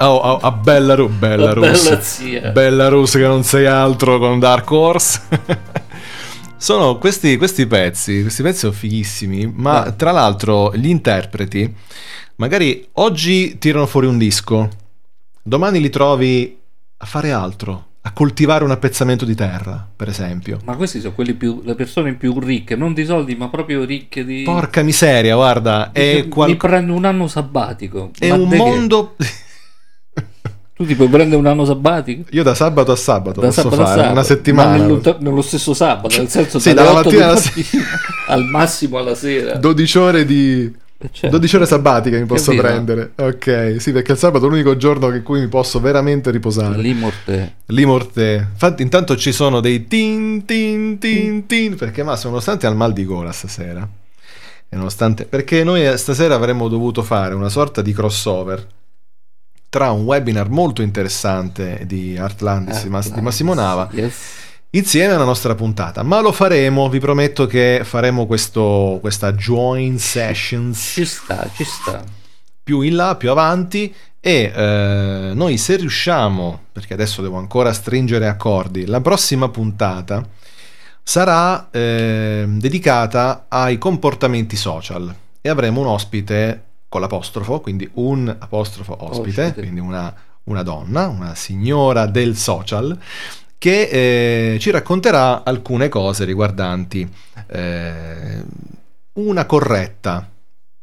Belarus che non sei altro con Dark Horse. Sono questi pezzi sono fighissimi, ma tra l'altro gli interpreti magari oggi tirano fuori un disco, domani li trovi a fare altro, a coltivare un appezzamento di terra, per esempio. Ma questi sono le persone più ricche, non di soldi, ma proprio ricche di... Porca miseria, guarda, mi prendo un anno sabbatico. È un mondo... Tu ti puoi prendere un anno sabbatico? Io da sabato a sabato posso fare una settimana. Ma nello stesso sabato, nel senso sì, dalla mattina al massimo alla sera. 12 ore di... 12 ore sabbatiche mi posso prendere. Ok, sì, perché il sabato è l'unico giorno in cui mi posso veramente riposare. L'imorte. Infatti intanto ci sono dei tin tin tin tin, perché nonostante al mal di gola stasera, e nonostante, perché noi stasera avremmo dovuto fare una sorta di crossover tra un webinar molto interessante di Artlandis di Massimo Nava, insieme alla nostra puntata, ma lo faremo, vi prometto che faremo questa joint sessions. Ci sta. Più in là, più avanti, e noi, se riusciamo, perché adesso devo ancora stringere accordi, la prossima puntata sarà dedicata ai comportamenti social, e avremo un ospite con l'apostrofo, quindi un apostrofo ospite. Quindi una donna, una signora del social, che ci racconterà alcune cose riguardanti una corretta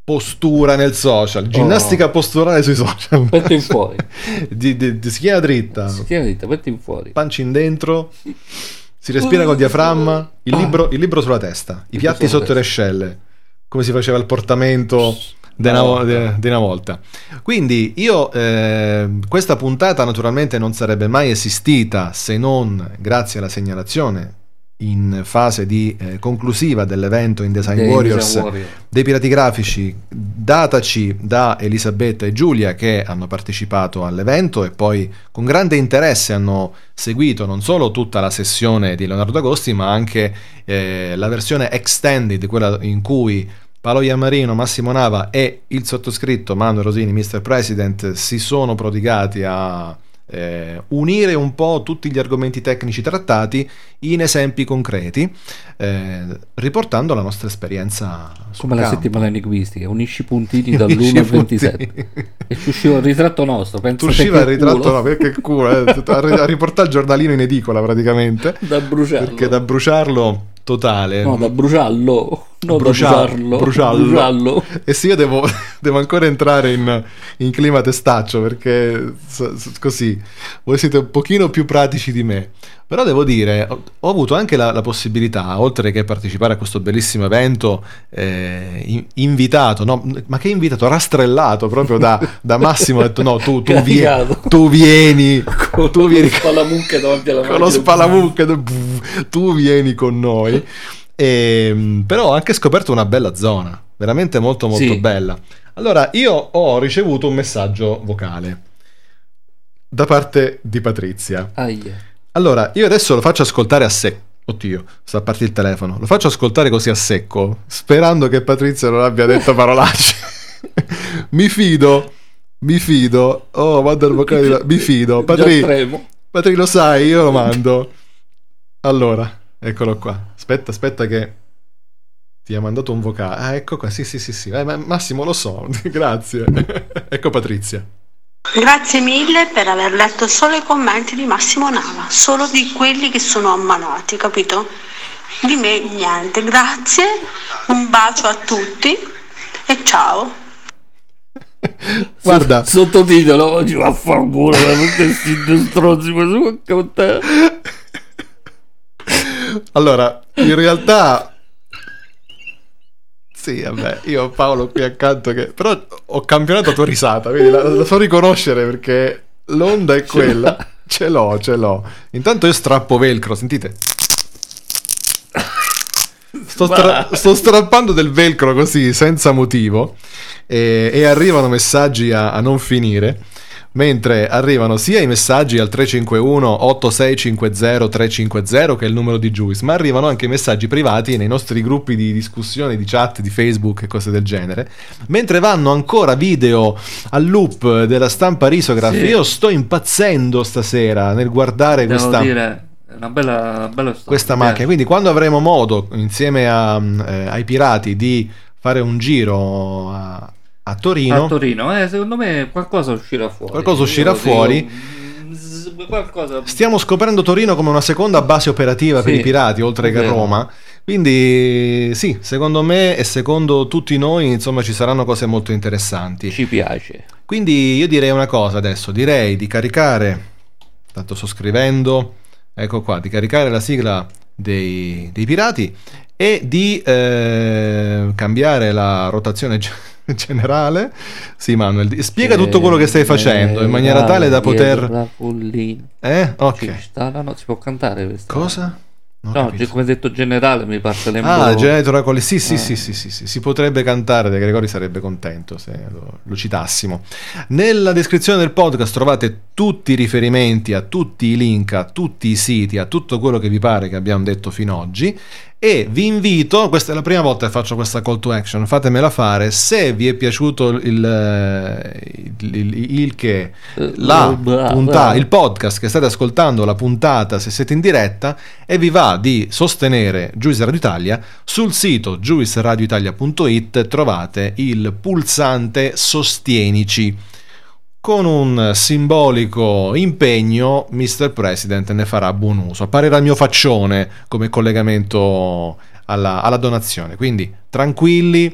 postura nel social, ginnastica posturale sui social. Petto in fuori. di schiena dritta. Petto in fuori. Pancia in dentro. Si respira col diaframma. Il libro sulla testa. I piatti sotto le ascelle. Come si faceva il portamento di una volta. Quindi io questa puntata naturalmente non sarebbe mai esistita se non grazie alla segnalazione in fase di conclusiva dell'evento in Design Warriors dei pirati grafici, dataci da Elisabetta e Giulia, che hanno partecipato all'evento e poi con grande interesse hanno seguito non solo tutta la sessione di Leonardo Agosti, ma anche la versione extended, quella in cui Paolo Iammarino, Massimo Nava e il sottoscritto Manuel Rosini, Mr. President, si sono prodigati a unire un po' tutti gli argomenti tecnici trattati in esempi concreti, riportando la nostra esperienza come la settimana enigmistica, unisci i puntini dall'1 al 27 e ci usciva il ritratto nostro, tu usciva il ritratto no, perché il culo a riportare il giornalino in edicola praticamente da bruciarlo, perché da bruciarlo totale, no, da bruciarlo, no, bruciarlo. E sì, io devo ancora entrare in clima testaccio, perché così voi siete un pochino più pratici di me. Però devo dire, ho avuto anche la possibilità, oltre che partecipare a questo bellissimo evento, invitato, no, ma che invitato, rastrellato proprio da Massimo, ho detto no, tu vieni con lo spalamucche davanti alla con lo spalamucche, tu vieni con noi. Però ho anche scoperto una bella zona, veramente molto molto bella. Allora, io ho ricevuto un messaggio vocale da parte di Patrizia. Allora, io adesso lo faccio ascoltare a secco. Oddio, sta a partire il telefono. Lo faccio ascoltare così a secco, sperando che Patrizia non abbia detto parolacce. Mi fido. Oh, manda il vocale. Mi fido. Patri, lo sai, io lo mando. Allora, eccolo qua. Aspetta che ti ha mandato un vocale. Ah, ecco qua. Sì. Massimo, lo so. Grazie. Ecco Patrizia. Grazie mille per aver letto solo i commenti di Massimo Nava, solo di quelli che sono ammanati, capito? Di me niente. Grazie, un bacio a tutti e ciao. Guarda, sottotitolo oggi va a far culo questi stronzi con te. Allora, in realtà sì, vabbè, io ho Paolo qui accanto che però ho campionato a tua risata, quindi la so riconoscere perché l'onda è quella. Ce l'ho. Intanto io strappo velcro, sentite. Sto strappando del velcro così senza motivo e arrivano messaggi a non finire, mentre arrivano sia i messaggi al 351 8650 350 che è il numero di Juice, ma arrivano anche messaggi privati nei nostri gruppi di discussione, di chat, di Facebook e cose del genere, mentre vanno ancora video al loop della stampa risograph. Io sto impazzendo stasera nel guardare una bella storia, questa macchina, quindi quando avremo modo insieme ai pirati di fare un giro a Torino, secondo me qualcosa uscirà fuori. Stiamo scoprendo Torino come una seconda base operativa per i pirati, oltre che a Roma. Quindi sì, secondo me e secondo tutti noi, insomma, ci saranno cose molto interessanti. Ci piace. Quindi io direi una cosa adesso, direi di caricare, tanto sto scrivendo, ecco qua, di caricare la sigla dei pirati e di cambiare la rotazione generale. Sì, Manuel, spiega tutto quello che stai facendo in maniera tale da poter ok. No, si può cantare questa cosa? No, come detto generale mi parte l'embolo. Generator sì, si potrebbe cantare, De Gregori sarebbe contento se lo citassimo. Nella descrizione del podcast trovate tutti i riferimenti a tutti i link, a tutti i siti, a tutto quello che vi pare che abbiamo detto fino ad oggi. E vi invito, questa è la prima volta che faccio questa call to action, fatemela fare, se vi è piaciuto il podcast che state ascoltando, la puntata, se siete in diretta e vi va di sostenere Juice Radio Italia, sul sito juiceradioitalia.it trovate il pulsante Sostienici. Con un simbolico impegno, Mr. President ne farà buon uso. Apparirà il mio faccione come collegamento alla donazione. Quindi tranquilli,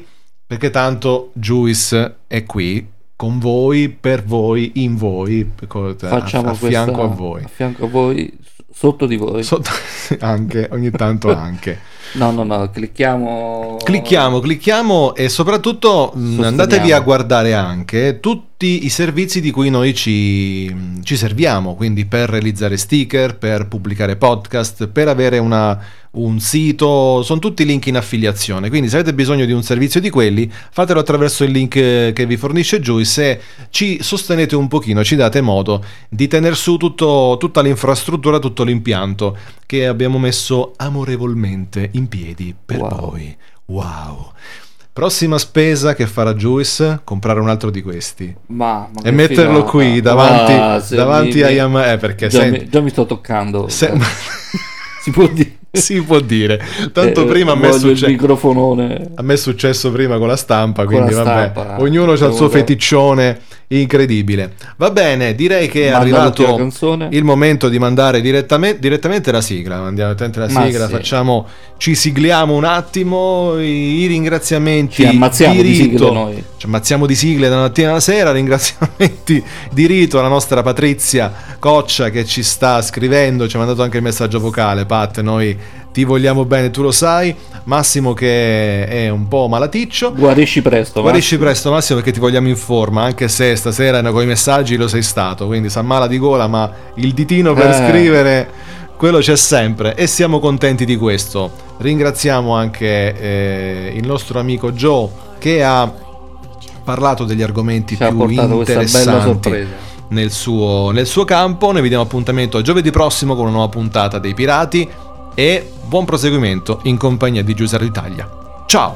perché tanto Juice è qui con voi, per voi, in voi, facciamo a fianco a voi. A fianco a voi, sotto di voi. Anche, ogni tanto anche. No, clicchiamo e soprattutto andatevi a guardare anche tutti i servizi di cui noi ci serviamo, quindi per realizzare sticker, per pubblicare podcast, per avere un sito, sono tutti link in affiliazione, quindi se avete bisogno di un servizio di quelli fatelo attraverso il link che vi fornisce Juice e ci sostenete un pochino, ci date modo di tener su tutta l'infrastruttura, tutto l'impianto che abbiamo messo amorevolmente in piedi per voi. Wow. Prossima spesa che farà Juice, comprare un altro di questi e metterlo qui davanti a Yamaha, perché già mi sto toccando. Si può dire. Si può dire. Tanto prima a me è successo prima con la stampa, quindi vabbè, ognuno ha il suo feticcione incredibile. Va bene, direi che è arrivato il momento di mandare direttamente la sigla. Mandiamo la sigla, ci sigliamo un attimo i ringraziamenti. Ci ammazziamo di sigle noi. Ci ammazziamo di sigle da mattina alla sera. Ringraziamenti di rito alla nostra Patrizia Coccia che ci sta scrivendo, ci ha mandato anche il messaggio vocale. Pat, noi ti vogliamo bene, tu lo sai. Massimo che è un po' malaticcio, guarisci presto Massimo, perché ti vogliamo in forma, anche se stasera con i messaggi lo sei stato, quindi sa mala di gola, ma il ditino per scrivere quello c'è sempre e siamo contenti di questo. Ringraziamo anche il nostro amico Joe che ha parlato degli argomenti più interessanti nel suo campo. Noi vi diamo appuntamento a giovedì prossimo con una nuova puntata dei Pirati e buon proseguimento in compagnia di Juice Radio Italia. Ciao!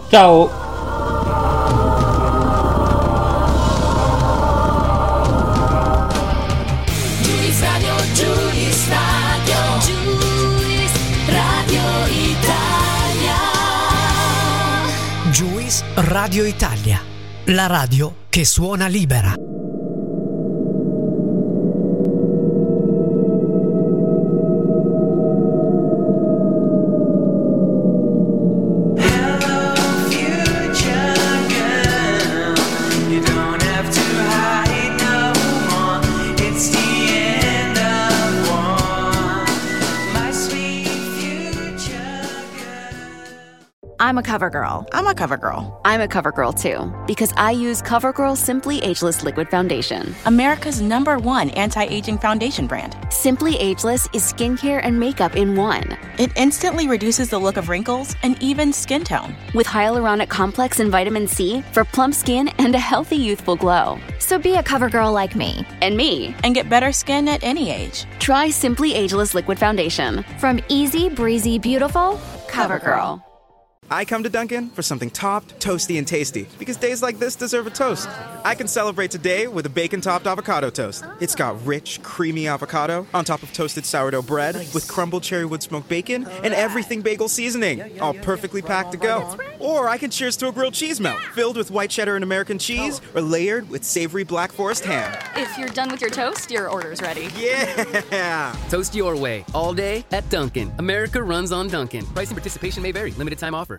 Juice Radio Italia. Juice Radio Italia, la radio che suona libera. I'm a cover girl. I'm a cover girl. I'm a cover girl too, because I use CoverGirl Simply Ageless Liquid Foundation. America's #1 anti-aging foundation brand. Simply Ageless is skincare and makeup in one. It instantly reduces the look of wrinkles and even skin tone. With hyaluronic complex and vitamin C for plump skin and a healthy youthful glow. So be a cover girl like me. And me. And get better skin at any age. Try Simply Ageless Liquid Foundation. From easy, breezy, beautiful, CoverGirl. I come to Dunkin' for something topped, toasty, and tasty, because days like this deserve a toast. I can celebrate today with a bacon-topped avocado toast. It's got rich, creamy avocado on top of toasted sourdough bread with crumbled cherry wood smoked bacon and everything bagel seasoning, all perfectly packed to go. Or I can cheers to a grilled cheese melt filled with white cheddar and American cheese or layered with savory Black Forest ham. If you're done with your toast, your order's ready. Yeah! Toast your way, all day at Dunkin'. America runs on Dunkin'. Price and participation may vary. Limited time offer.